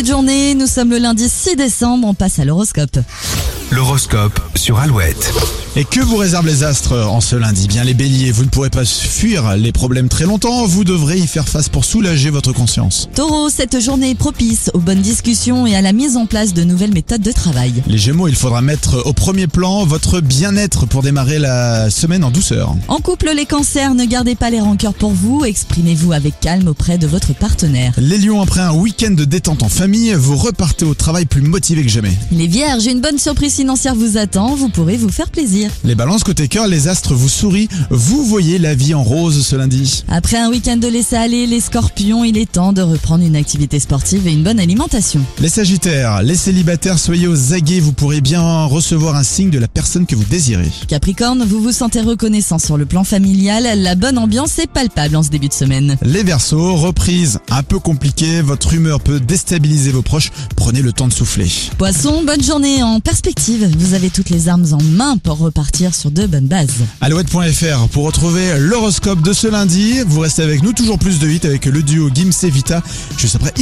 de journée, nous sommes le lundi 6 décembre, on passe à l'horoscope. L'horoscope sur Alouette. Et que vous réservent les astres en ce lundi? Bien les béliers, vous ne pourrez pas fuir les problèmes très longtemps, vous devrez y faire face pour soulager votre conscience. Taureau, cette journée est propice aux bonnes discussions et à la mise en place de nouvelles méthodes de travail. Les gémeaux, il faudra mettre au premier plan votre bien-être pour démarrer la semaine en douceur. En couple, les cancers, ne gardez pas les rancœurs pour vous, exprimez-vous avec calme auprès de votre partenaire. Les lions, après un week-end de détente en famille, vous repartez au travail plus motivé que jamais. Les vierges, une bonne surprise financière vous attend, vous pourrez vous faire plaisir. Les balances, côté cœur, les astres vous sourient, vous voyez la vie en rose ce lundi. Après un week-end de laisser aller, les scorpions, il est temps de reprendre une activité sportive et une bonne alimentation. Les sagittaires, les célibataires, soyez aux aguets, vous pourrez bien recevoir un signe de la personne que vous désirez. Capricorne, vous vous sentez reconnaissant sur le plan familial, la bonne ambiance est palpable en ce début de semaine. Les Verseaux, reprise un peu compliquée, votre humeur peut déstabiliser vos proches, prenez le temps de souffler. Poisson, bonne journée en perspective, vous avez toutes les armes en main pour repartir sur de bonnes bases. Alouette.fr pour retrouver l'horoscope de ce lundi. Vous restez avec nous, toujours plus de hit avec le duo Gims et Vita. Juste après.